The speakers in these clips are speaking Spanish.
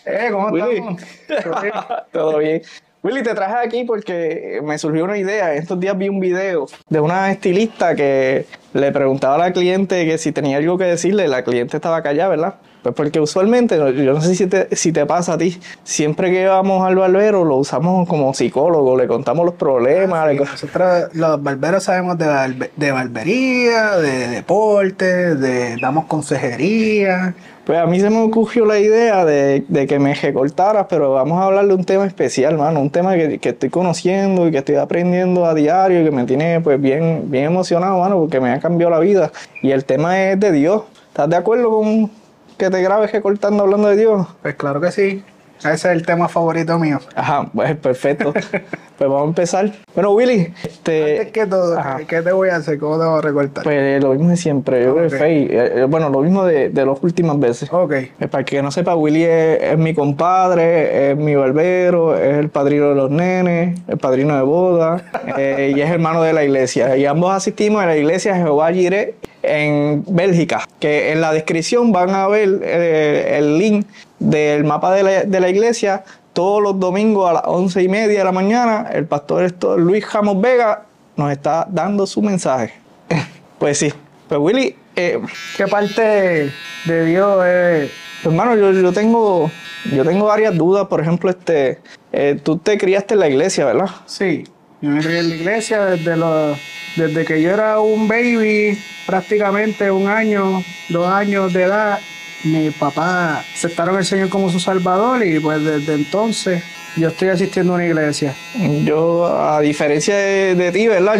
¿Cómo Willy, estamos? ¿Todo bien? todo bien. Willy, te traje aquí porque me surgió una idea. Estos días vi un video de una estilista que le preguntaba a la cliente que si tenía algo que decirle. La cliente estaba callada, ¿verdad? Pues porque usualmente, yo no sé si te pasa a ti, siempre que vamos al barbero lo usamos como psicólogo, le contamos los Ah, problemas. sí, nosotros los barberos sabemos de barbería, de deporte, damos consejería. Pues a mí se me ocurrió la idea de que me recortaras, pero vamos a hablar de un tema especial, mano, un tema que estoy conociendo y que estoy aprendiendo a diario y que me tiene pues bien emocionado, mano, porque me ha cambiado la vida. Y el tema es de Dios. ¿Estás de acuerdo con que te grabes recortando hablando de Dios? Pues claro que sí. Ese es el tema favorito mío. Ajá, pues perfecto. Pues vamos a empezar. Bueno, Willy, Antes que todo, ajá. ¿qué te voy a hacer? ¿Cómo te voy a recortar? Pues lo mismo de siempre, yo creo Ok, que Faye, bueno, lo mismo de las últimas veces. ok. Para que no sepa, Willy es mi compadre, es mi barbero, es el padrino de los nenes, el padrino de boda, y es hermano de la iglesia. Y ambos asistimos a la iglesia Jehová Jireh en Bélgica, que en la descripción van a ver el link del mapa de la iglesia. Todos los domingos a las 11:30 de la mañana, el pastor Luis Ramos Vega nos está dando su mensaje. Pues sí, pues Willy, ¿Qué parte de Dios es? hermano, yo tengo varias dudas. Por ejemplo, tú te criaste en la iglesia, ¿verdad? Sí, yo me crié en la iglesia desde que yo era un baby, prácticamente 1 año, 2 años de edad. Mi papá aceptaron al Señor como su Salvador y pues desde entonces yo estoy asistiendo a una iglesia. Yo, a diferencia de ti, ¿verdad?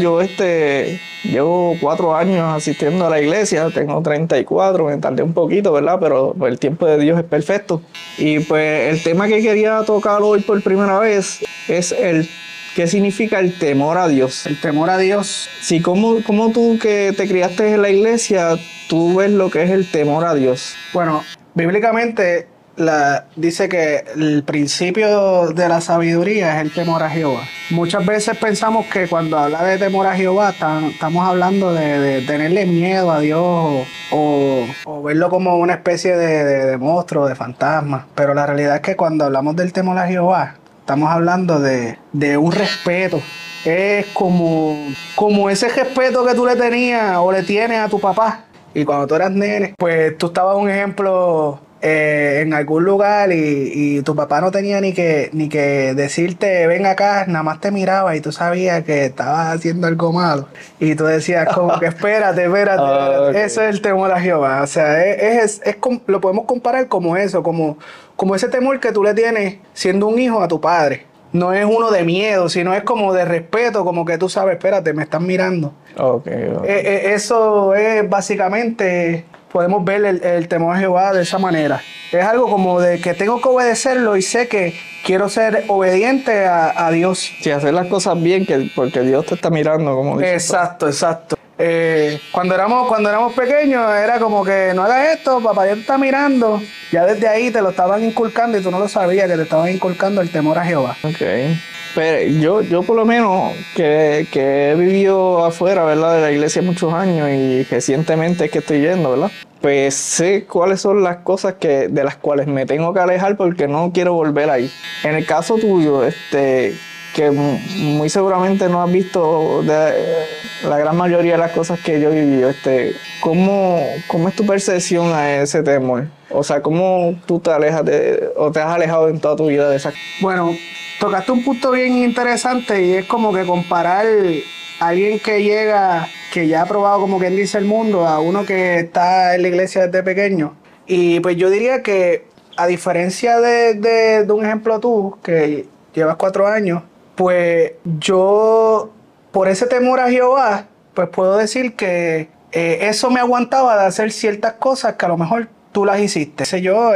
Llevo 4 años asistiendo a la iglesia, tengo 34, me tardé un poquito, ¿verdad? Pero pues, el tiempo de Dios es perfecto. Y pues el tema que quería tocar hoy por primera vez es ¿qué significa el temor a Dios? El temor a Dios. Sí, ¿cómo tú que te criaste en la iglesia, tú ves lo que es el temor a Dios? Bueno, bíblicamente dice que el principio de la sabiduría es el temor a Jehová. Muchas veces pensamos que cuando habla de temor a Jehová estamos hablando de tenerle miedo a Dios o verlo como una especie de monstruo, de fantasma. Pero la realidad es que cuando hablamos del temor a Jehová, estamos hablando de un respeto. Es como ese respeto que tú le tenías o le tienes a tu papá. Y cuando tú eras nene, pues tú estabas un ejemplo en algún lugar y tu papá no tenía ni que decirte ven acá, nada más te miraba y tú sabías que estabas haciendo algo malo. Y tú decías como que espérate, espérate, Ah, espérate. Eso ok. es el temor a Jehová. O sea, lo podemos comparar como eso, como ese temor que tú le tienes siendo un hijo a tu padre. No es uno de miedo, sino es como de respeto, como que tú sabes, espérate, me están mirando. Ok, ok. Eso es básicamente, podemos ver el temor a Jehová de esa manera. Es algo como de que tengo que obedecerlo y sé que quiero ser obediente a Dios. Si hacer las cosas bien, porque Dios te está mirando, como dice. Exacto, exacto. Cuando éramos pequeños era como que no hagas esto, papá Dios te está mirando. Ya desde ahí te lo estaban inculcando y tú no lo sabías que te estaban inculcando el temor a Jehová. Ok. Pero yo por lo menos que he vivido afuera, ¿verdad? De la iglesia muchos años y recientemente es que estoy yendo, ¿verdad? Pues sé cuáles son las cosas de las cuales me tengo que alejar porque no quiero volver ahí. En el caso tuyo, que muy seguramente no has visto la gran mayoría de las cosas que yo he vivido, ¿cómo es tu percepción a ese temor? O sea, ¿cómo tú te alejas o te has alejado en toda tu vida de esas? Bueno, tocaste un punto bien interesante y es como que comparar a alguien que llega, que ya ha probado como quien dice el mundo, a uno que está en la iglesia desde pequeño. Y pues yo diría que a diferencia de un ejemplo tú, que llevas 4 años, pues yo, por ese temor a Jehová, pues puedo decir que eso me aguantaba de hacer ciertas cosas que a lo mejor tú las hiciste. Sé yo,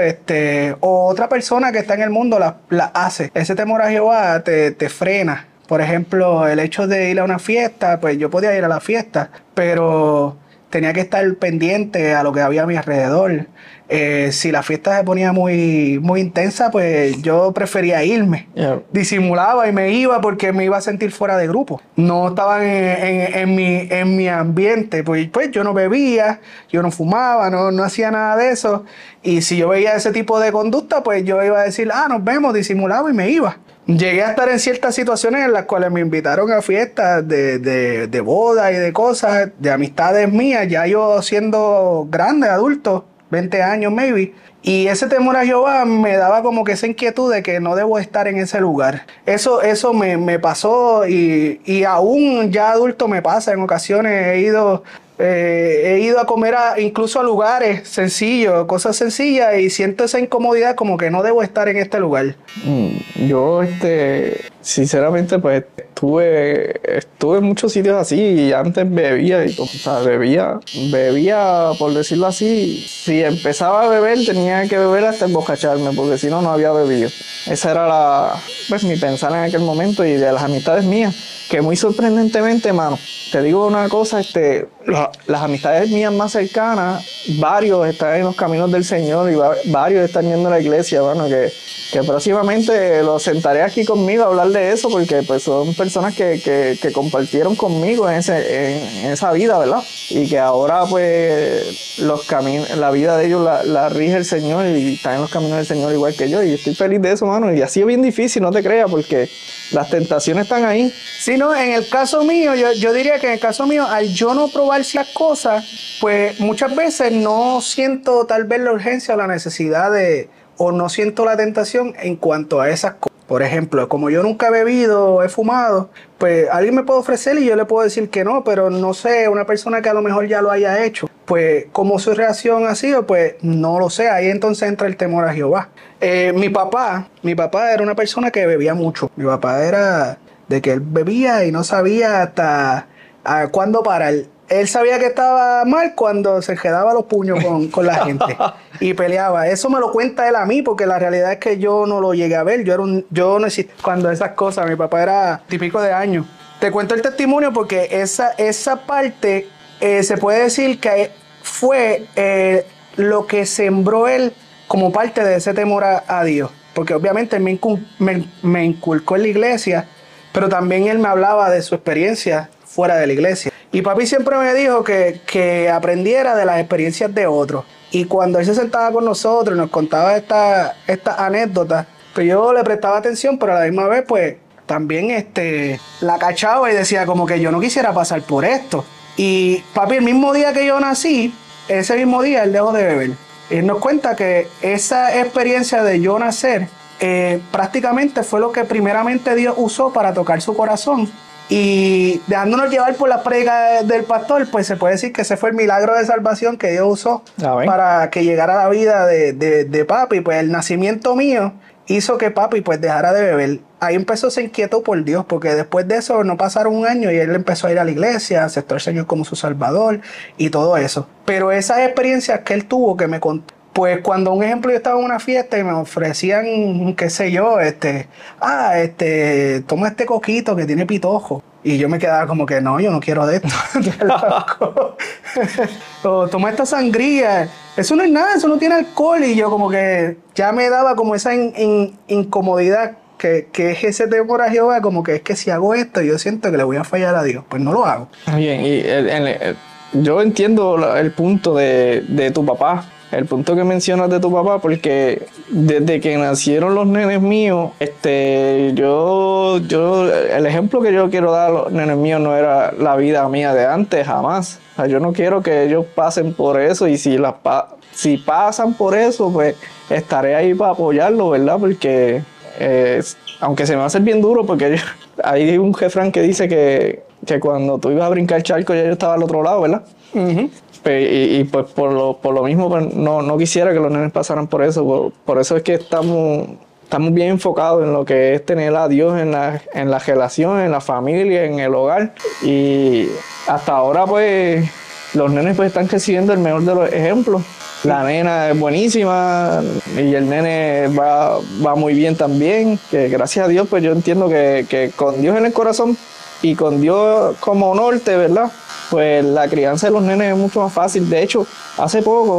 o otra persona que está en el mundo las hace. Ese temor a Jehová te frena. Por ejemplo, el hecho de ir a una fiesta, pues yo podía ir a la fiesta, pero tenía que estar pendiente a lo que había a mi alrededor. Si la fiesta se ponía muy, muy intensa, pues yo prefería irme. Yeah. Disimulaba y me iba porque me iba a sentir fuera de grupo. No estaba en mi ambiente. Pues yo no bebía, yo no fumaba, no hacía nada de eso. Y si yo veía ese tipo de conducta, pues yo iba a decir, nos vemos, disimulaba y me iba. Llegué a estar en ciertas situaciones en las cuales me invitaron a fiestas de boda y de cosas, de amistades mías, ya yo siendo grande, adulto, 20 años maybe. Y ese temor a Jehová me daba como que esa inquietud de que no debo estar en ese lugar. Eso me pasó y aún ya adulto me pasa en ocasiones. He ido a comer incluso a lugares sencillos, cosas sencillas, y siento esa incomodidad como que no debo estar en este lugar. Yo, sinceramente, pues estuve en muchos sitios así y antes bebía, o sea, bebía, por decirlo así. Si empezaba a beber, tenía que beber hasta embocacharme, porque si no, no había bebido. Esa era mi pensar en aquel momento y de las amistades mías, que muy sorprendentemente, mano, te digo una cosa, las amistades mías más cercanas, varios están en los caminos del Señor y varios están yendo a la iglesia, mano, que próximamente los sentaré aquí conmigo a hablar de eso, porque pues son personas que compartieron conmigo en esa vida, ¿verdad? Y que ahora pues la vida de ellos la rige el Señor y están en los caminos del Señor igual que yo, y estoy feliz de eso, mano, y ha sido bien difícil, no te creas, porque las tentaciones están ahí. Sí, no, en el caso mío, yo diría que en el caso mío, al yo no probar las cosas, pues muchas veces no siento tal vez la urgencia o la necesidad o no siento la tentación en cuanto a esas cosas. Por ejemplo, como yo nunca he bebido o he fumado, pues alguien me puede ofrecer y yo le puedo decir que no, pero no sé, una persona que a lo mejor ya lo haya hecho, pues como su reacción ha sido, pues no lo sé. Ahí entonces entra el temor a Jehová. Mi papá era una persona que bebía mucho. Mi papá era de que él bebía y no sabía hasta cuándo parar. Él sabía que estaba mal cuando se quedaba los puños con la gente y peleaba. Eso me lo cuenta él a mí, porque la realidad es que yo no lo llegué a ver. Yo no existía cuando esas cosas. Mi papá era típico de años. Te cuento el testimonio porque esa parte se puede decir que fue lo que sembró él como parte de ese temor a Dios. Porque obviamente me inculcó en la iglesia, pero también él me hablaba de su experiencia fuera de la iglesia. Y papi siempre me dijo que aprendiera de las experiencias de otros. Y cuando él se sentaba con nosotros y nos contaba estas anécdotas, pues yo le prestaba atención, pero a la misma vez, pues también la cachaba y decía como que yo no quisiera pasar por esto. Y papi, el mismo día que yo nací, ese mismo día él dejó de beber. Él nos cuenta que esa experiencia de yo nacer prácticamente fue lo que primeramente Dios usó para tocar su corazón. Y dejándonos llevar por la predica del pastor, pues se puede decir que ese fue el milagro de salvación que Dios usó para que llegara a la vida de papi. Pues el nacimiento mío hizo que papi pues dejara de beber. Ahí empezó, se inquietó por Dios, porque después de eso no pasaron un año y él empezó a ir a la iglesia, aceptó al Señor como su Salvador y todo eso. Pero esas experiencias que él tuvo, que me contó, pues cuando, un ejemplo, yo estaba en una fiesta y me ofrecían, qué sé yo, toma este coquito que tiene pitojo. Y yo me quedaba como que, no, yo no quiero de esto. O toma esta sangría. Eso no es nada, eso no tiene alcohol. Y yo como que ya me daba como esa incomodidad que es ese temor a Jehová, como que es que si hago esto yo siento que le voy a fallar a Dios. Pues no lo hago. Bien, y yo entiendo el punto de tu papá. El punto que mencionas de tu papá, porque desde que nacieron los nenes míos, el ejemplo que yo quiero dar a los nenes míos no era la vida mía de antes, jamás. O sea, yo no quiero que ellos pasen por eso, y si pasan por eso, pues estaré ahí para apoyarlo, ¿verdad? Porque aunque se me va a hacer bien duro, porque hay un refrán que dice que cuando tú ibas a brincar el charco ya yo estaba al otro lado, ¿verdad? Uh-huh. Y pues por lo mismo pues, no quisiera que los nenes pasaran por eso. Por eso es que estamos bien enfocados en lo que es tener a Dios en la relación, en la familia, en el hogar. Y hasta ahora pues los nenes pues están recibiendo el mejor de los ejemplos. La nena es buenísima y el nene va muy bien también. Que gracias a Dios pues yo entiendo que con Dios en el corazón y con Dios como norte, ¿verdad? Pues la crianza de los nenes es mucho más fácil. De hecho, hace poco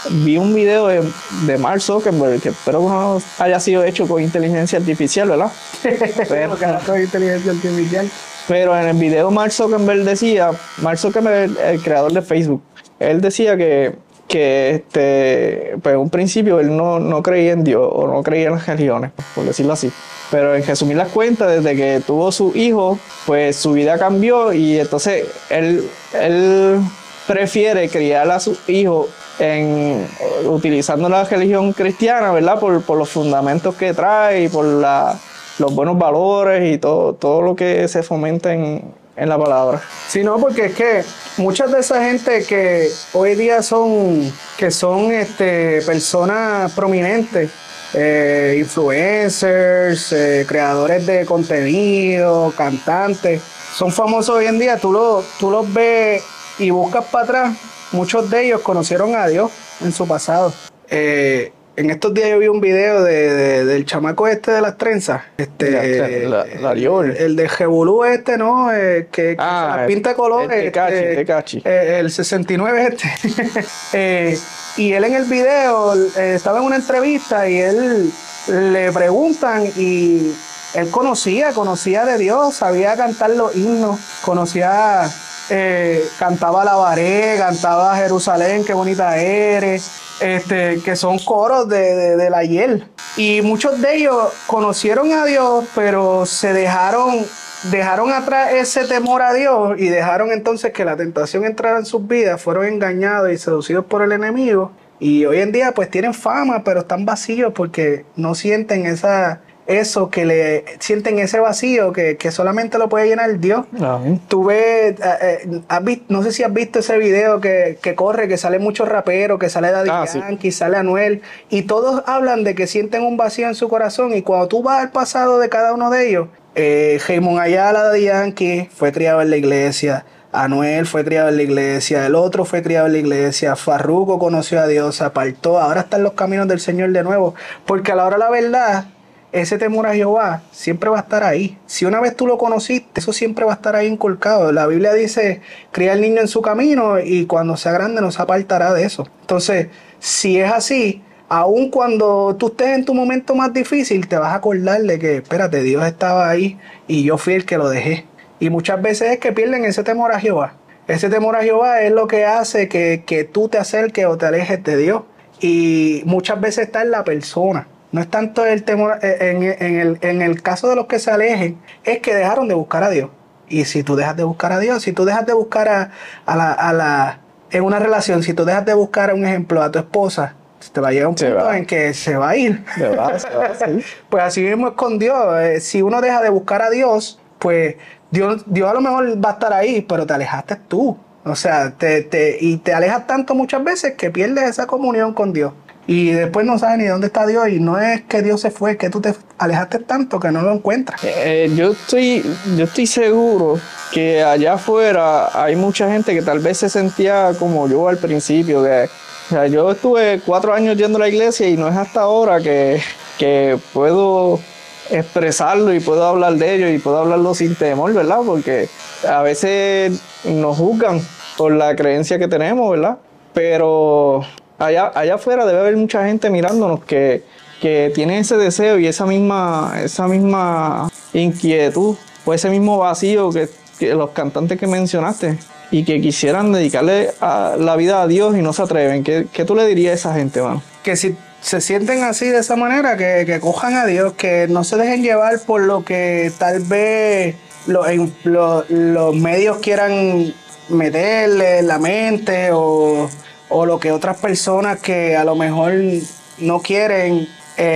vi un video de Mark Zuckerberg, que espero que no haya sido hecho con inteligencia artificial, ¿verdad? Con inteligencia artificial. Pero en el video Mark Zuckerberg, el creador de Facebook, él decía que pues en un principio él no creía en Dios o no creía en las religiones, por decirlo así. Pero en resumir las cuentas, desde que tuvo su hijo, pues su vida cambió y entonces él prefiere criar a su hijo utilizando la religión cristiana, ¿verdad? Por los fundamentos que trae y por los buenos valores y todo lo que se fomenta en la palabra. Sí, no, porque es que muchas de esa gente que hoy día son personas prominentes, influencers, creadores de contenido, cantantes, son famosos hoy en día, tú los ves y buscas para atrás, muchos de ellos conocieron a Dios en su pasado. En estos días yo vi un video del chamaco de las trenzas. El de Jebulú ¿no? Que se las pinta de colores. Tecachi. El 69 y él en el video estaba en una entrevista y él le preguntan y él conocía de Dios, sabía cantar los himnos, cantaba Alabaré, cantaba Jerusalén, qué bonita eres, que son coros del ayer. Y muchos de ellos conocieron a Dios, pero se dejaron atrás ese temor a Dios y dejaron entonces que la tentación entrara en sus vidas, fueron engañados y seducidos por el enemigo. Y hoy en día pues tienen fama, pero están vacíos porque no sienten sienten ese vacío que solamente lo puede llenar Dios. Uh-huh. Tú ves, no sé si has visto ese video que corre, que sale muchos raperos, que sale Daddy Yankee, sí. Sale Anuel, y todos hablan de que sienten un vacío en su corazón, y cuando tú vas al pasado de cada uno de ellos, Raymond Ayala, Daddy Yankee, fue criado en la iglesia, Anuel fue criado en la iglesia, el otro fue criado en la iglesia, Farruko conoció a Dios, se apartó, ahora está en los caminos del Señor de nuevo, porque a la hora de la verdad, ese temor a Jehová siempre va a estar ahí. Si una vez tú lo conociste, eso siempre va a estar ahí inculcado. La Biblia dice, cría al niño en su camino y cuando sea grande no se apartará de eso. Entonces, si es así, aun cuando tú estés en tu momento más difícil, te vas a acordar de que, espérate, Dios estaba ahí y yo fui el que lo dejé. Y muchas veces es que pierden ese temor a Jehová. Ese temor a Jehová es lo que hace que tú te acerques o te alejes de Dios. Y muchas veces está en la persona. No es tanto el temor, en el caso de los que se alejen, es que dejaron de buscar a Dios. Y si tú dejas de buscar a Dios, si tú dejas de buscar en una relación, si tú dejas de buscar, un ejemplo, a tu esposa, te va a llegar un punto en que se va a ir. Se va, sí. Pues así mismo es con Dios. Si uno deja de buscar a Dios, pues Dios a lo mejor va a estar ahí, pero te alejaste tú. O sea, y te alejas tanto muchas veces que pierdes esa comunión con Dios. Y después no sabes ni dónde está Dios. Y no es que Dios se fue, es que tú te alejaste tanto que no lo encuentras. Yo estoy seguro que allá afuera hay mucha gente que tal vez se sentía como yo al principio. O sea, yo estuve 4 años yendo a la iglesia y no es hasta ahora que puedo expresarlo y puedo hablar de ello y puedo hablarlo sin temor, ¿verdad? Porque a veces nos juzgan por la creencia que tenemos, ¿verdad? Pero allá afuera debe haber mucha gente mirándonos que tiene ese deseo y esa misma inquietud o ese mismo vacío que los cantantes que mencionaste y que quisieran dedicarle la vida a Dios y no se atreven. ¿Qué tú le dirías a esa gente, mano? Que si se sienten así de esa manera, que cojan a Dios, que no se dejen llevar por lo que tal vez los medios quieran meterle en la mente o lo que otras personas que a lo mejor no quieren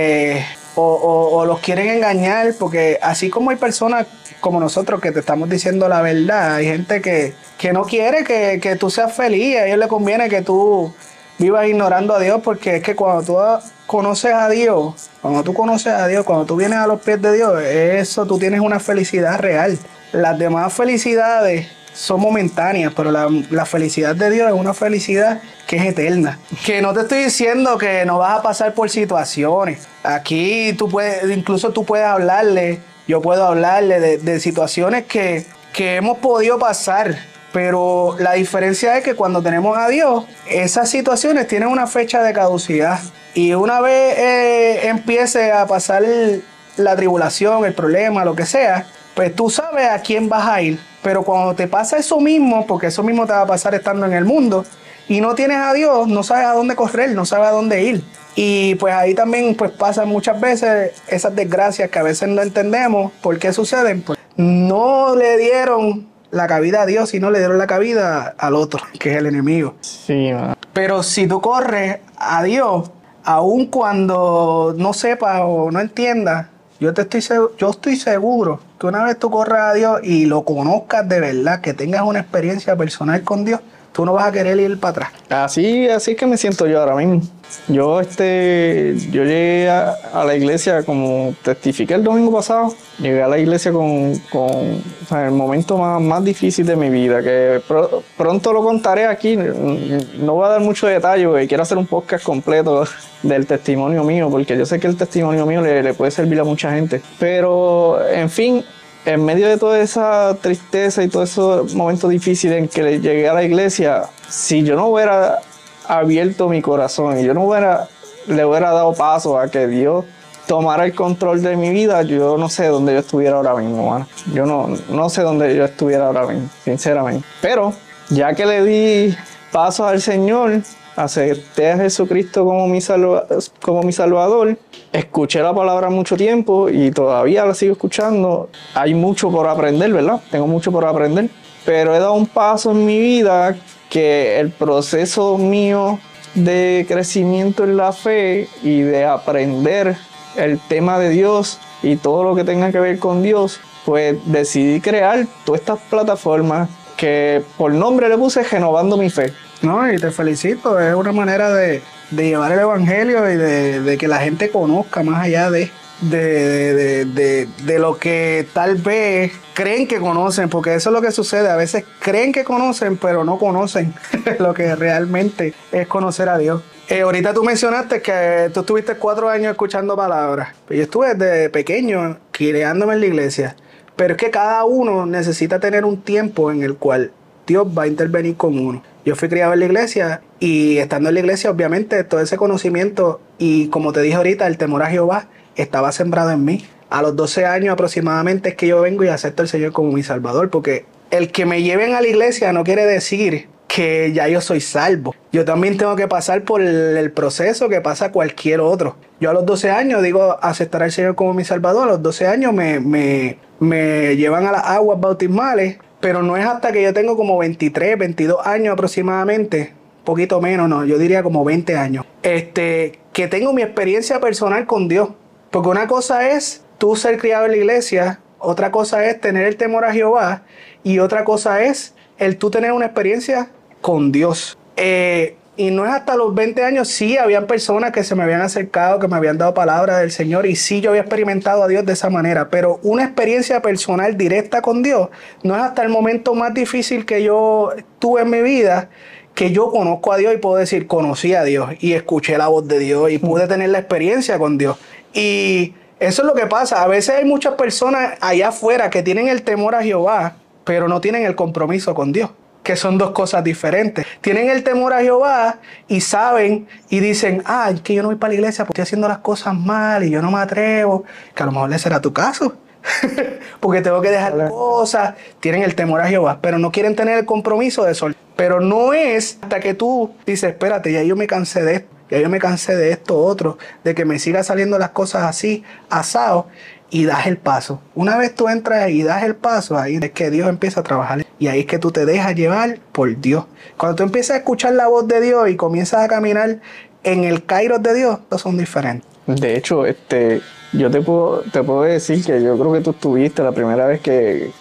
o los quieren engañar, porque así como hay personas como nosotros que te estamos diciendo la verdad, hay gente que no quiere que tú seas feliz, a ellos les conviene que tú vivas ignorando a Dios, porque es que cuando tú conoces a Dios, cuando tú vienes a los pies de Dios, eso tú tienes una felicidad real. Las demás felicidades son momentáneas, pero la felicidad de Dios es una felicidad que es eterna. Que no te estoy diciendo que no vas a pasar por situaciones. Aquí incluso tú puedes hablarle, yo puedo hablarle de situaciones que hemos podido pasar Pero la diferencia es que cuando tenemos a Dios, esas situaciones tienen una fecha de caducidad. Y una vez empiece a pasar la tribulación, el problema, lo que sea, pues tú sabes a quién vas a ir. Pero cuando te pasa eso mismo, porque eso mismo te va a pasar estando en el mundo, y no tienes a Dios, no sabes a dónde correr, no sabes a dónde ir. Y pues ahí también pues pasan muchas veces esas desgracias que a veces no entendemos por qué suceden. Pues no le dieron la cabida a Dios, sino le dieron la cabida al otro, que es el enemigo. Sí, man. Pero si tú corres a Dios, aun cuando no sepas o no entiendas, yo estoy seguro que una vez tú corras a Dios y lo conozcas de verdad, que tengas una experiencia personal con Dios, tú no vas a querer ir para atrás. Así es que me siento yo ahora mismo. Yo llegué a la iglesia, como testifiqué el domingo pasado, llegué a la iglesia con o sea, el momento más difícil de mi vida, que pronto lo contaré aquí. No voy a dar mucho detalle porque quiero hacer un podcast completo del testimonio mío, porque yo sé que el testimonio mío le puede servir a mucha gente. Pero, en fin, en medio de toda esa tristeza y todos esos momentos difíciles en que llegué a la iglesia, si yo no hubiera abierto mi corazón y yo no le hubiera dado paso a que Dios tomara el control de mi vida, yo no sé dónde yo estuviera ahora mismo, mano. Yo no sé dónde yo estuviera ahora mismo, sinceramente. Pero ya que le di paso al Señor, acepté a Jesucristo como mi Salvador, escuché la palabra mucho tiempo y todavía la sigo escuchando. Hay mucho por aprender, ¿verdad? Tengo mucho por aprender, pero he dado un paso en mi vida que el proceso mío de crecimiento en la fe y de aprender el tema de Dios y todo lo que tenga que ver con Dios, pues decidí crear todas estas plataformas que por nombre le puse Renovando mi Fe. No, y te felicito, es una manera de llevar el evangelio y de que la gente conozca más allá de lo que tal vez creen que conocen, porque eso es lo que sucede, a veces creen que conocen, pero no conocen lo que realmente es conocer a Dios. Ahorita tú mencionaste que tú estuviste 4 años escuchando palabras, yo estuve desde pequeño criándome en la iglesia, pero es que cada uno necesita tener un tiempo en el cual Dios va a intervenir con uno. Yo fui criado en la iglesia y estando en la iglesia, obviamente, todo ese conocimiento y, como te dije ahorita, el temor a Jehová estaba sembrado en mí. A los 12 años aproximadamente es que yo vengo y acepto al Señor como mi Salvador, porque el que me lleven a la iglesia no quiere decir que ya yo soy salvo. Yo también tengo que pasar por el proceso que pasa cualquier otro. Yo a los 12 años digo aceptar al Señor como mi Salvador. A los 12 años me llevan a las aguas bautismales, pero no es hasta que yo tengo como 23, 22 años aproximadamente, poquito menos, no, yo diría como 20 años, que tengo mi experiencia personal con Dios. Porque una cosa es tú ser criado en la iglesia, otra cosa es tener el temor a Jehová y otra cosa es el tú tener una experiencia con Dios. Y no es hasta los 20 años, sí, habían personas que se me habían acercado, que me habían dado palabras del Señor y sí, yo había experimentado a Dios de esa manera, pero una experiencia personal directa con Dios no es hasta el momento más difícil que yo tuve en mi vida que yo conozco a Dios y puedo decir, conocí a Dios y escuché la voz de Dios y pude tener la experiencia con Dios. Y eso es lo que pasa, a veces hay muchas personas allá afuera que tienen el temor a Jehová, pero no tienen el compromiso con Dios, que son dos cosas diferentes. Tienen el temor a Jehová y saben y dicen, es que yo no voy para la iglesia porque estoy haciendo las cosas mal y yo no me atrevo, que a lo mejor ese será tu caso, porque tengo que dejar cosas. Tienen el temor a Jehová, pero no quieren tener el compromiso de sol. Pero no es hasta que tú dices, espérate, ya yo me cansé de esto, ya yo me cansé de esto otro, de que me sigan saliendo las cosas así, asado, y das el paso. Una vez tú entras y das el paso, ahí es que Dios empieza a trabajar. Y ahí es que tú te dejas llevar por Dios. Cuando tú empiezas a escuchar la voz de Dios y comienzas a caminar en el kairos de Dios, todos son diferentes. De hecho, yo te puedo decir que yo creo que tú estuviste la primera vez que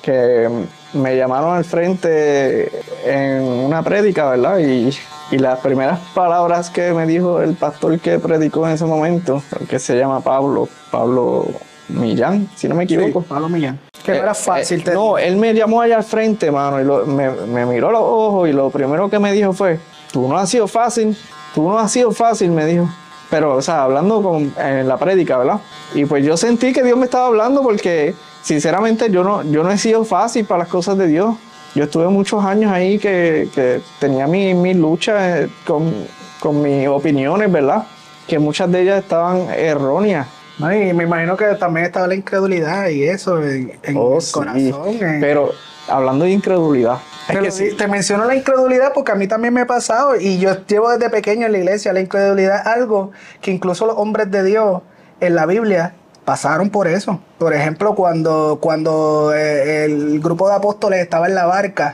me llamaron al frente en una prédica, ¿verdad? Y las primeras palabras que me dijo el pastor que predicó en ese momento, que se llama Pablo Millán, si no me equivoco. Sí, Pablo Millán. Que no era fácil. No, él me llamó allá al frente, mano, y me miró a los ojos y lo primero que me dijo fue, tú no has sido fácil, me dijo. Pero, o sea, hablando en la prédica, ¿verdad? Y pues yo sentí que Dios me estaba hablando porque, sinceramente, yo no he sido fácil para las cosas de Dios. Yo estuve muchos años ahí que tenía mi lucha con mis opiniones, ¿verdad? Que muchas de ellas estaban erróneas. No, y me imagino que también estaba la incredulidad y eso en el Sí, corazón. pero hablando de incredulidad, es que sí. Te menciono la incredulidad porque a mí también me ha pasado y yo llevo desde pequeño en la iglesia. La incredulidad es algo que incluso los hombres de Dios en la Biblia pasaron por eso. Por ejemplo, cuando el grupo de apóstoles estaba en la barca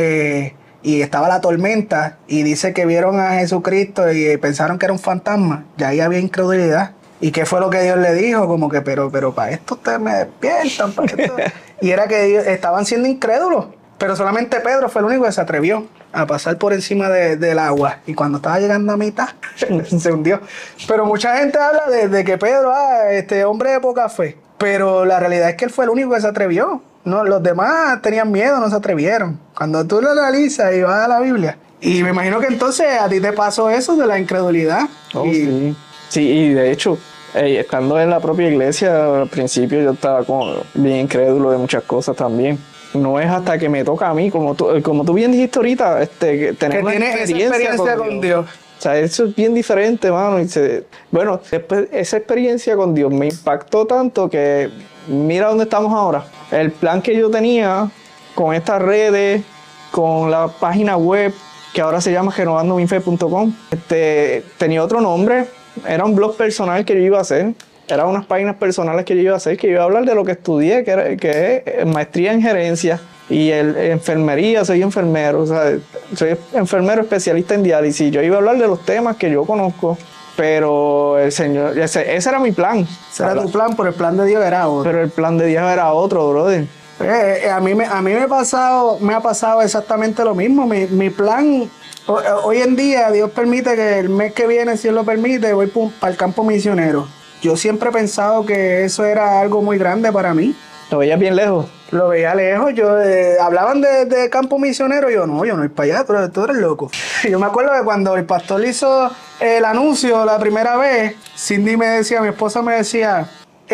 y estaba la tormenta y dice que vieron a Jesucristo y pensaron que era un fantasma, ya ahí había incredulidad. ¿Y qué fue lo que Dios le dijo? Como que, pero para esto ustedes me despiertan, para esto. Y era que ellos estaban siendo incrédulos. Pero solamente Pedro fue el único que se atrevió a pasar por encima del agua. Y cuando estaba llegando a mitad, se hundió. Pero mucha gente habla de que Pedro, hombre de poca fe. Pero la realidad es que él fue el único que se atrevió. No, los demás tenían miedo, no se atrevieron. Cuando tú lo analizas y vas a la Biblia. Y me imagino que entonces a ti te pasó eso de la incredulidad. Sí. Sí, y de hecho, estando en la propia iglesia, al principio yo estaba como bien incrédulo de muchas cosas también. No es hasta que me toca a mí, como tú bien dijiste ahorita, tener una experiencia con Dios. O sea, eso es bien diferente, mano. Bueno, después esa experiencia con Dios me impactó tanto que mira dónde estamos ahora. El plan que yo tenía con estas redes, con la página web, que ahora se llama renovandomife.com, tenía otro nombre. Era un blog personal que yo iba a hacer. Eran unas páginas personales que yo iba a hacer, que yo iba a hablar de lo que estudié, que es maestría en gerencia y enfermería, soy enfermero, o sea, soy enfermero especialista en diálisis. Yo iba a hablar de los temas que yo conozco, pero el Señor, ese era mi plan. Ese era tu plan, pero el plan de Dios era otro. Pero el plan de Dios era otro, brother. A mí me ha pasado exactamente lo mismo. Mi plan, hoy en día, Dios permite que el mes que viene, si Dios lo permite, voy para el campo misionero. Yo siempre he pensado que eso era algo muy grande para mí. ¿Lo veías bien lejos? Lo veía lejos. Hablaban de campo misionero. Yo no voy para allá, tú eres loco. Yo me acuerdo que cuando el pastor hizo el anuncio la primera vez, Cindy mi esposa me decía,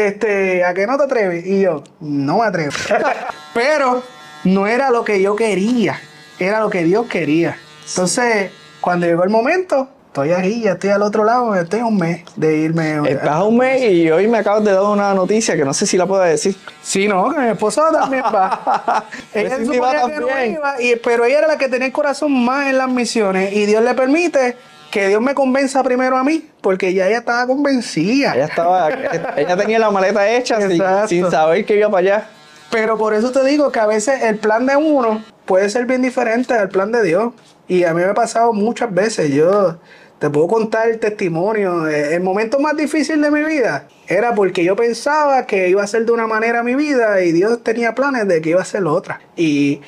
¿a qué no te atreves? Y yo, no me atrevo. Pero no era lo que yo quería, era lo que Dios quería. Entonces, cuando llegó el momento, estoy aquí, ya estoy al otro lado, estoy a un mes de irme. Estás a un mes y hoy me acabas de dar una noticia que no sé si la puedo decir. Sí, no, que mi esposa también va. Ella Pues suponía que no iba, pero ella era la que tenía el corazón más en las misiones y Dios le permite que Dios me convenza primero a mí, porque ya ella estaba convencida. Ella tenía la maleta hecha sin saber que iba para allá. Pero por eso te digo que a veces el plan de uno puede ser bien diferente al plan de Dios. Y a mí me ha pasado muchas veces. Yo te puedo contar el testimonio. El momento más difícil de mi vida era porque yo pensaba que iba a ser de una manera mi vida y Dios tenía planes de que iba a ser otra. Y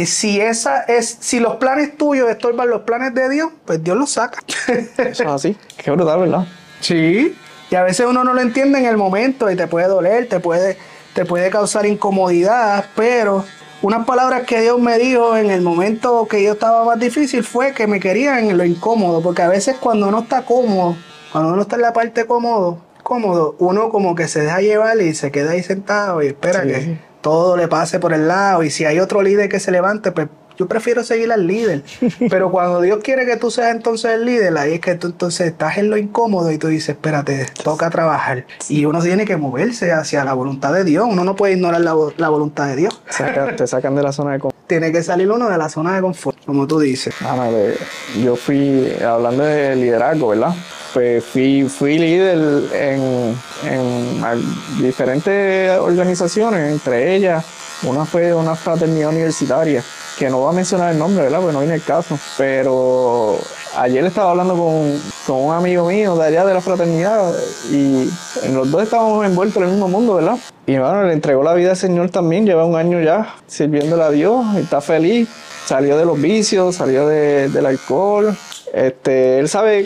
si los planes tuyos estorban los planes de Dios, pues Dios los saca. Eso es así. Qué brutal, ¿verdad? Sí. Y a veces uno no lo entiende en el momento y te puede doler, te puede causar incomodidad, pero unas palabras que Dios me dijo en el momento que yo estaba más difícil fue que me quería en lo incómodo, porque a veces cuando uno está cómodo, cuando uno está en la parte cómodo, uno como que se deja llevar y se queda ahí sentado y espera que todo le pase por el lado, y si hay otro líder que se levante, pues yo prefiero seguir al líder. Pero cuando Dios quiere que tú seas entonces el líder, ahí es que tú entonces estás en lo incómodo y tú dices, espérate, toca trabajar. Y uno tiene que moverse hacia la voluntad de Dios. Uno no puede ignorar la voluntad de Dios. Te sacan de la zona de confort. Tiene que salir uno de la zona de confort, como tú dices. Yo fui, hablando de liderazgo, ¿verdad? Pues fui líder en diferentes organizaciones, entre ellas una fue una fraternidad universitaria, que no voy a mencionar el nombre, ¿verdad? Porque no viene el caso. Pero ayer estaba hablando con un amigo mío de allá de la fraternidad y los dos estábamos envueltos en el mismo mundo, ¿verdad? Y bueno, le entregó la vida al Señor también, lleva un año ya sirviéndole a Dios, está feliz, salió de los vicios, salió del alcohol. Él sabe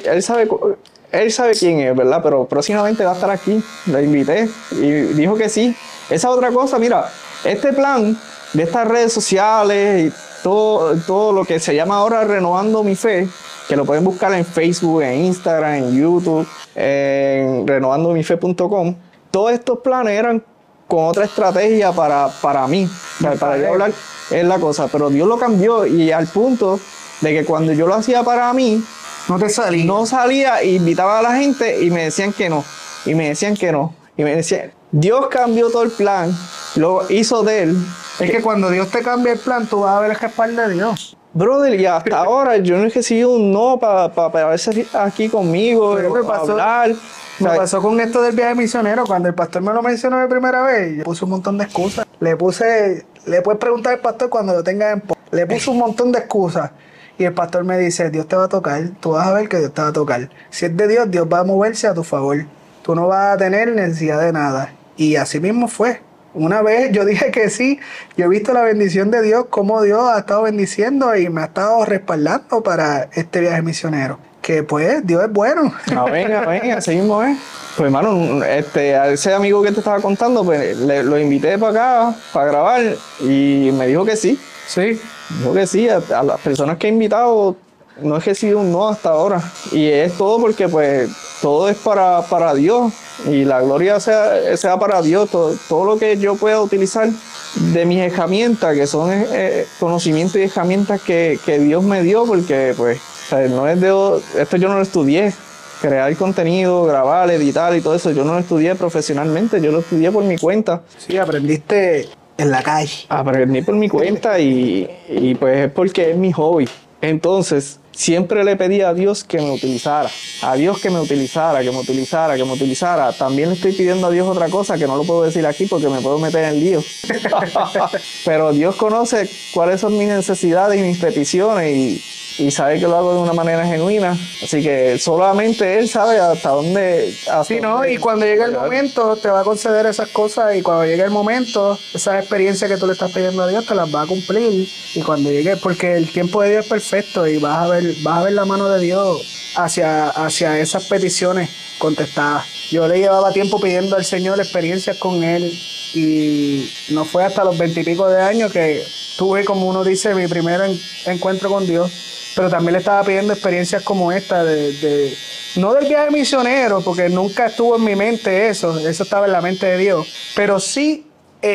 quién es, ¿verdad? Pero próximamente va a estar aquí, lo invité y dijo que sí. Esa otra cosa, mira, este plan de estas redes sociales y todo lo que se llama ahora Renovando Mi Fe, que lo pueden buscar en Facebook, en Instagram, en YouTube, en renovandomife.com, todos estos planes eran con otra estrategia para mí, para yo hablar, es la cosa. Pero Dios lo cambió y al punto de que cuando yo lo hacía para mí, no salía e invitaba a la gente y me decían que no, y me decían que no, y me decían, Dios cambió todo el plan, lo hizo de él. Es que cuando Dios te cambia el plan, tú vas a ver el respaldo de Dios. Brother, y hasta ahora yo no he recibido un no para verse aquí conmigo, para hablar. Me pasó con esto del viaje misionero. Cuando el pastor me lo mencionó de primera vez, yo puse un montón de excusas. Le puedes preguntar al pastor cuando lo tengas le puse un montón de excusas. Y el pastor me dice, Dios te va a tocar. Tú vas a ver que Dios te va a tocar. Si es de Dios, Dios va a moverse a tu favor. Tú no vas a tener necesidad de nada. Y así mismo fue. Una vez yo dije que sí, yo he visto la bendición de Dios, cómo Dios ha estado bendiciendo y me ha estado respaldando para este viaje misionero. Que pues Dios es bueno. Amén, así mismo es. Pues hermano, a ese amigo que te estaba contando, pues lo invité para acá, para grabar, y me dijo que sí. Sí. Dijo que sí, a las personas que he invitado no he recibido un no hasta ahora. Y es todo porque pues todo es para Dios. Y la gloria sea para Dios. Todo lo que yo pueda utilizar de mis herramientas, que son conocimientos y herramientas que Dios me dio, porque pues o sea, no es esto yo no lo estudié. Crear contenido, grabar, editar y todo eso, yo no lo estudié profesionalmente, yo lo estudié por mi cuenta. Sí, aprendiste en la calle. Aprendí por mi cuenta y pues es porque es mi hobby. Entonces, siempre le pedí a Dios que me utilizara. A Dios que me utilizara, que me utilizara, que me utilizara. También le estoy pidiendo a Dios otra cosa que no lo puedo decir aquí porque me puedo meter en lío. Pero Dios conoce cuáles son mis necesidades y mis peticiones y sabe que lo hago de una manera genuina. Así que solamente Él sabe hasta dónde... Sí, ¿no? Y cuando llegue el momento, te va a conceder esas cosas. Y cuando llegue el momento, esas experiencias que tú le estás pidiendo a Dios, te las va a cumplir. Y cuando llegue, porque el tiempo de Dios es perfecto y vas a ver la mano de Dios hacia esas peticiones contestadas. Yo le llevaba tiempo pidiendo al Señor experiencias con Él. Y no fue hasta los 20 y pico de años que tuve, como uno dice, mi primer encuentro con Dios. Pero también le estaba pidiendo experiencias como esta no del viaje misionero, porque nunca estuvo en mi mente eso estaba en la mente de Dios, pero sí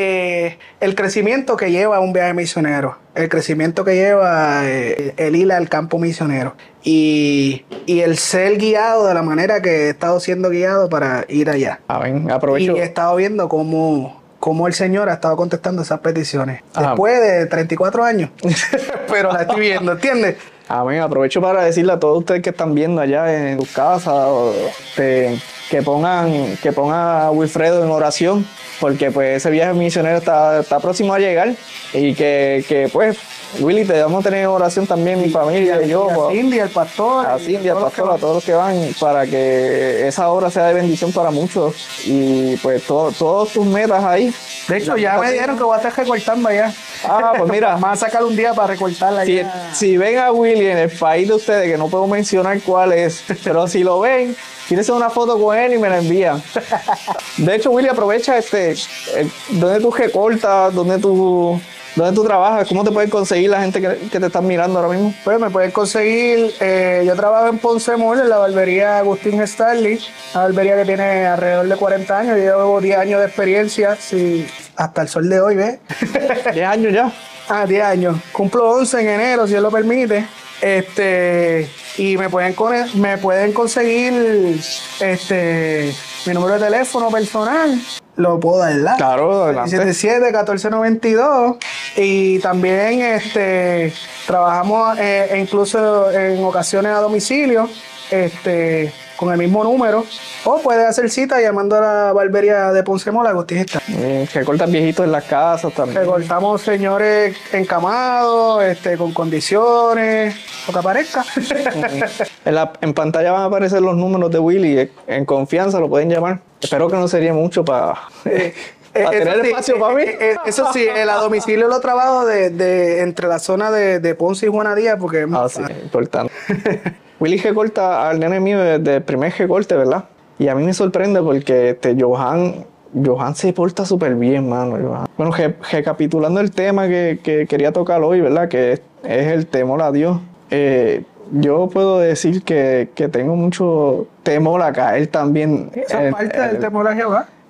el crecimiento que lleva un viaje misionero, el crecimiento que lleva el ir al campo misionero y el ser guiado de la manera que he estado siendo guiado para ir allá. Amén. Aprovecho. Y he estado viendo cómo el Señor ha estado contestando esas peticiones. Después de 34 años. Pero la estoy viendo, ¿entiendes? Amén. Aprovecho para decirle a todos ustedes que están viendo allá en sus casas que pongan a Wilfredo en oración, porque pues ese viaje misionero está próximo a llegar y que pues Willy, te vamos a tener en oración también mi familia y yo. A Cindy, al pastor. A Cindy, al pastor, a todos los que van, para que esa obra sea de bendición para muchos. Y pues todas tus metas ahí. De hecho, ya me dijeron que voy a estar recortando allá. Pues mira. Vamos a sacar un día para recortarla allá. Si ven a Willy en el país de ustedes, que no puedo mencionar cuál es, pero si lo ven, tírense una foto con él y me la envían. De hecho, Willy, aprovecha donde tú recortas, donde tú trabajas, ¿cómo te pueden conseguir la gente que te están mirando ahora mismo? Pues me pueden conseguir, yo trabajo en Ponce Mall, en la barbería Agustín Starley, una barbería que tiene alrededor de 40 años, yo llevo 10 años de experiencia, sí, hasta el sol de hoy, ¿ves? 10 años ya. 10 años. Cumplo 11 en enero, si Dios lo permite. Y me pueden conseguir mi número de teléfono personal. Lo puedo dar, ¿verdad? Claro, adelante. 77-1492. Y también trabajamos incluso en ocasiones a domicilio. Con el mismo número, o puedes hacer cita llamando a la barbería de Ponce Mall, Agustín está. Recortan viejitos en las casas también. Recortamos señores encamados, con condiciones, lo que aparezca. En pantalla van a aparecer los números de Willy, en confianza lo pueden llamar. Espero que no sería mucho para tener espacio para mí. Eso sí, el a domicilio lo trabajo entre la zona de Ponce y Juana Díaz, porque es sí, importante. Willy recorta al nene mío desde el primer recorte, ¿verdad? Y a mí me sorprende porque Johan se porta súper bien, mano. Bueno, recapitulando el tema que quería tocar hoy, ¿verdad? Que es el temor a Dios. Yo puedo decir que tengo mucho temor a caer también. Esa es parte del temor a Jehová.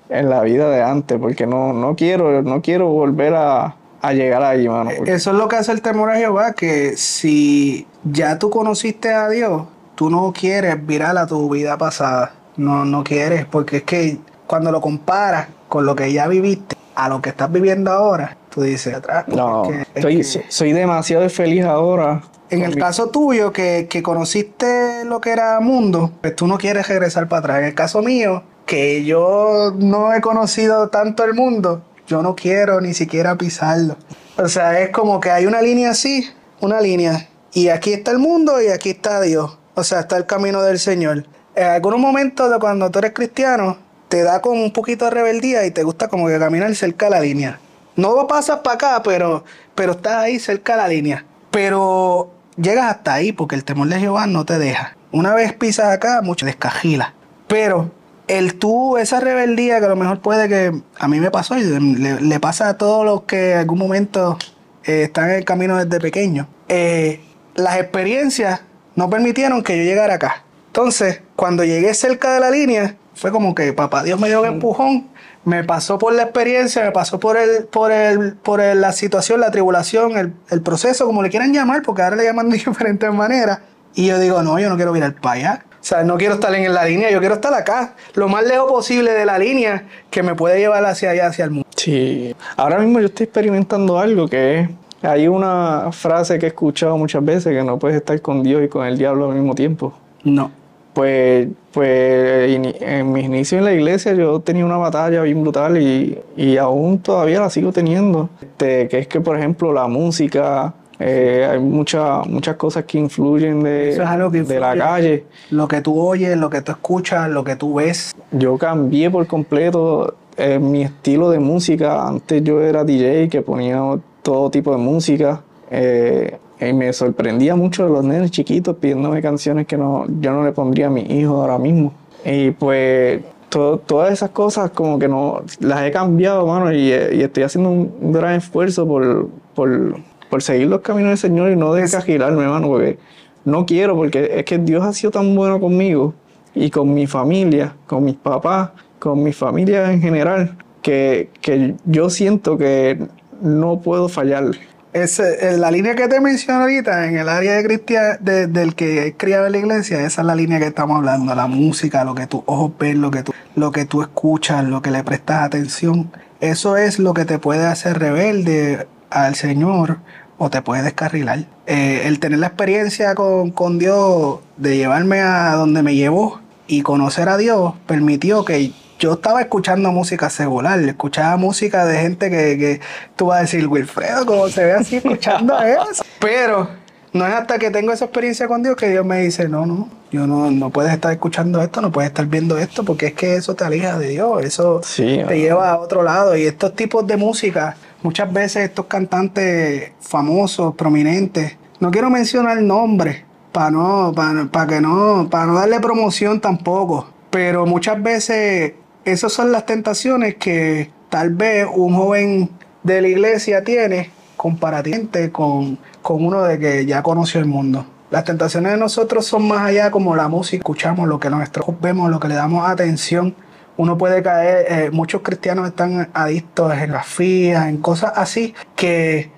en la vida de antes, porque no quiero volver a llegar ahí, mano. Eso es lo que hace el temor a Jehová, que si ya tú conociste a Dios, tú no quieres virar a tu vida pasada. No quieres, porque es que cuando lo comparas con lo que ya viviste a lo que estás viviendo ahora, tú dices atrás. No, soy demasiado feliz ahora. En el caso tuyo, que conociste lo que era mundo, pues tú no quieres regresar para atrás. En el caso mío, que yo no he conocido tanto el mundo, yo no quiero ni siquiera pisarlo. O sea, es como que hay una línea así, una línea, y aquí está el mundo y aquí está Dios. O sea, está el camino del Señor. En algunos momentos de cuando tú eres cristiano, te da con un poquito de rebeldía y te gusta como que caminar cerca de la línea. No pasas para acá, pero estás ahí cerca de la línea. Pero llegas hasta ahí porque el temor de Jehová no te deja. Una vez pisas acá, mucho descajila. Pero esa rebeldía que a lo mejor puede que a mí me pasó y le pasa a todos los que en algún momento están en el camino desde pequeño. Las experiencias no permitieron que yo llegara acá. Entonces, cuando llegué cerca de la línea, fue como que papá Dios me dio un empujón, me pasó por la experiencia, me pasó por la situación, la tribulación, el proceso, como le quieran llamar, porque ahora le llaman de diferentes maneras. Y yo digo, no, yo no quiero mirar para allá. O sea, no quiero estar en la línea, yo quiero estar acá, lo más lejos posible de la línea que me puede llevar hacia allá, hacia el mundo. Sí, ahora mismo yo estoy experimentando algo que es, hay una frase que he escuchado muchas veces, que no puedes estar con Dios y con el diablo al mismo tiempo. No. Pues en mis inicios en la iglesia yo tenía una batalla bien brutal y aún todavía la sigo teniendo. Que es que, por ejemplo, la música, hay muchas cosas que influyen Eso es algo que de la calle. Lo que tú oyes, lo que tú escuchas, lo que tú ves. Yo cambié por completo mi estilo de música. Antes yo era DJ que ponía todo tipo de música. Y me sorprendía mucho de los nenes chiquitos pidiéndome canciones que yo no le pondría a mi hijo ahora mismo. Y pues todas esas cosas como que no las he cambiado, mano, y estoy haciendo un gran esfuerzo por seguir los caminos del Señor y no descagilarme, mano, porque no quiero, porque es que Dios ha sido tan bueno conmigo y con mi familia, con mis papás, con mi familia en general, que yo siento que no puedo fallar. La línea que te mencioné ahorita en el área del que es criado en la iglesia, esa es la línea que estamos hablando, la música, lo que tus ojos ven, lo que tú escuchas, lo que le prestas atención. Eso es lo que te puede hacer rebelde al Señor o te puede descarrilar. El tener la experiencia con Dios, de llevarme a donde me llevó y conocer a Dios, permitió que yo estaba escuchando música secular, escuchaba música de gente que tú vas a decir, Wilfredo, ¿cómo se ve así escuchando eso? Pero no es hasta que tengo esa experiencia con Dios que Dios me dice, no puedes estar escuchando esto, no puedes estar viendo esto, porque es que eso te aleja de Dios, eso te lleva a otro lado. Y estos tipos de música, muchas veces estos cantantes famosos, prominentes, no quiero mencionar nombres, para no darle promoción tampoco, pero muchas veces esas son las tentaciones que tal vez un joven de la iglesia tiene comparativamente con uno de que ya conoció el mundo. Las tentaciones de nosotros son más allá como la música, escuchamos, lo que nosotros vemos, lo que le damos atención. Uno puede caer, muchos cristianos están adictos en las fías, en cosas así, que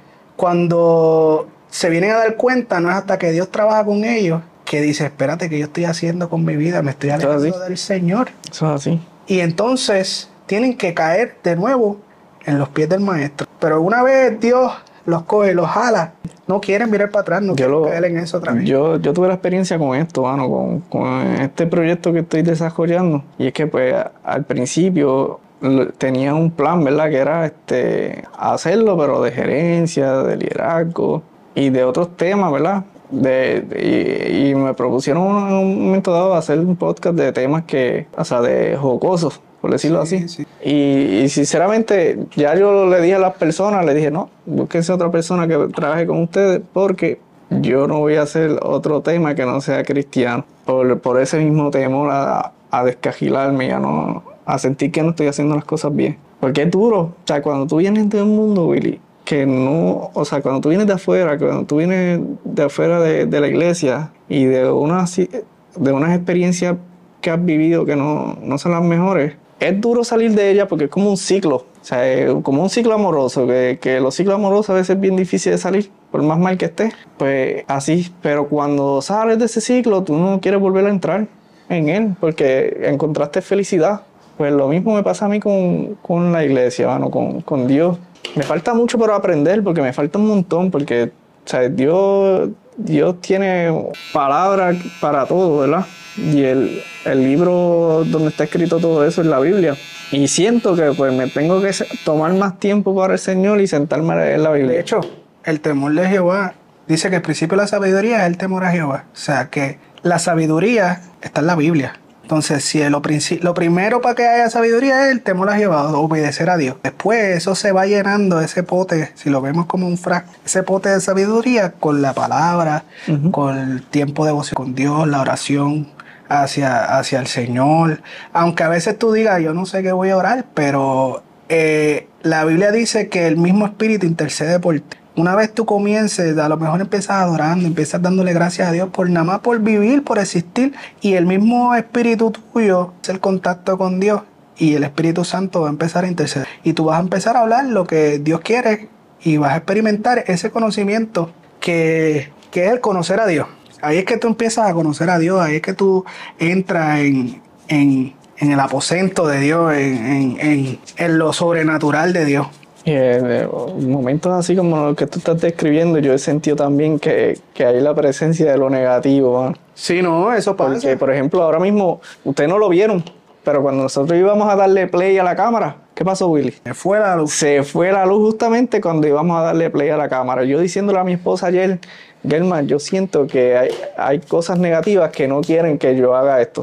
cuando se vienen a dar cuenta, no es hasta que Dios trabaja con ellos, que dice, espérate, ¿qué yo estoy haciendo con mi vida? Me estoy alejando del Señor. Eso es así. Y entonces tienen que caer de nuevo en los pies del maestro. Pero una vez Dios los coge, los jala, no quieren mirar para atrás, no quieren caer en eso otra vez. Yo tuve la experiencia con esto, mano, con este proyecto que estoy desarrollando. Y es que pues al principio tenía un plan, ¿verdad? Que era hacerlo, pero de gerencia, de liderazgo y de otros temas, ¿verdad? Y me propusieron en un momento dado hacer un podcast de temas de jocosos, por decirlo así. Sí. Y sinceramente, ya yo le dije a las personas, le dije, no, búsquense otra persona que trabaje con ustedes, porque yo no voy a hacer otro tema que no sea cristiano. Por ese mismo temor a descagilarme y a sentir que no estoy haciendo las cosas bien. Porque es duro. O sea, cuando tú vienes de un mundo, Willy, cuando tú vienes de afuera, de la iglesia y de unas experiencias que has vivido que no son las mejores, es duro salir de ella porque es como un ciclo, o sea, es como un ciclo amoroso, que los ciclos amorosos a veces es bien difícil de salir, por más mal que esté, pues así, pero cuando sales de ese ciclo, tú no quieres volver a entrar en él, porque encontraste felicidad. Pues lo mismo me pasa a mí con la iglesia, mano, con Dios. Me falta mucho por aprender, porque me falta un montón, porque, o sea, Dios tiene palabras para todo, ¿verdad? Y el libro donde está escrito todo eso es la Biblia. Y siento que pues me tengo que tomar más tiempo para el Señor y sentarme a leer la Biblia. De hecho, el temor de Jehová dice que el principio de la sabiduría es el temor a Jehová. O sea que la sabiduría está en la Biblia. Entonces, si lo primero para que haya sabiduría es el temor a Jehová, obedecer a Dios. Después eso se va llenando, ese pote, si lo vemos como un frasco, ese pote de sabiduría con la palabra, con el tiempo de devoción con Dios, la oración hacia el Señor. Aunque a veces tú digas, yo no sé qué voy a orar, pero la Biblia dice que el mismo Espíritu intercede por ti. Una vez tú comiences, a lo mejor empiezas adorando, empiezas dándole gracias a Dios por nada más por vivir, por existir, y el mismo Espíritu tuyo es el contacto con Dios, y el Espíritu Santo va a empezar a interceder. Y tú vas a empezar a hablar lo que Dios quiere, y vas a experimentar ese conocimiento que es el conocer a Dios. Ahí es que tú empiezas a conocer a Dios, ahí es que tú entras en el aposento de Dios, en lo sobrenatural de Dios. Y momentos así como los que tú estás describiendo, yo he sentido también que hay la presencia de lo negativo, ¿no? Sí, no, eso pasa. Porque, por ejemplo, ahora mismo, ustedes no lo vieron, pero cuando nosotros íbamos a darle play a la cámara, ¿qué pasó, Willy? Se fue la luz. Se fue la luz justamente cuando íbamos a darle play a la cámara. Yo diciéndole a mi esposa ayer, Germán, yo siento que hay cosas negativas que no quieren que yo haga esto,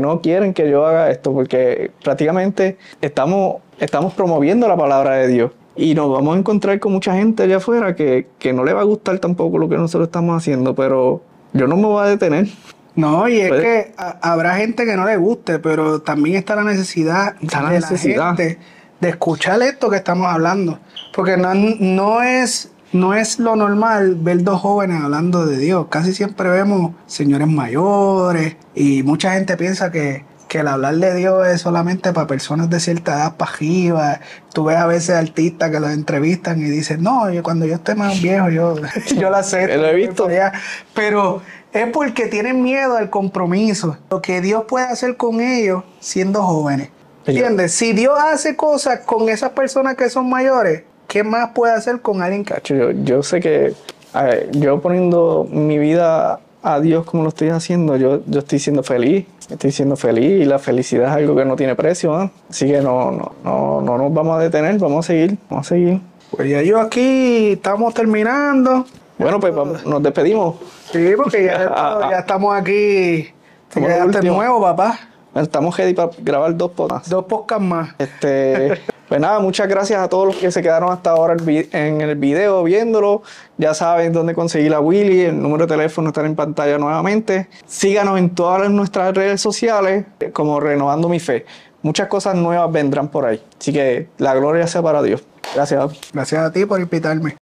porque prácticamente estamos promoviendo la palabra de Dios y nos vamos a encontrar con mucha gente allá afuera que no le va a gustar tampoco lo que nosotros estamos haciendo, pero yo no me voy a detener. No, y es que habrá gente que no le guste, pero también está la necesidad la gente de escuchar esto que estamos hablando, porque no es lo normal ver dos jóvenes hablando de Dios. Casi siempre vemos señores mayores y mucha gente piensa que el hablar de Dios es solamente para personas de cierta edad para arriba. Tú ves a veces artistas que los entrevistan y dicen, no, cuando yo esté más viejo, yo la sé. Lo he visto. Pero es porque tienen miedo al compromiso. Lo que Dios puede hacer con ellos siendo jóvenes. ¿Entiendes? Si Dios hace cosas con esas personas que son mayores, ¿qué más puede hacer con alguien que... Yo sé que yo poniendo mi vida a Dios como lo estoy haciendo, yo estoy siendo feliz y la felicidad es algo que no tiene precio, ¿eh? Así que no nos vamos a detener, vamos a seguir. Pues ya yo aquí estamos terminando. Bueno, pues nos despedimos. Sí, porque ya estamos aquí. Estamos nuevo, papá. Estamos ready para grabar 2 podcasts. 2 podcasts más. Pues nada, muchas gracias a todos los que se quedaron hasta ahora en el video viéndolo. Ya saben dónde conseguir a Willy, el número de teléfono está en pantalla nuevamente. Síganos en todas nuestras redes sociales como Renovando Mi Fe. Muchas cosas nuevas vendrán por ahí. Así que la gloria sea para Dios. Gracias. Gracias a ti por invitarme.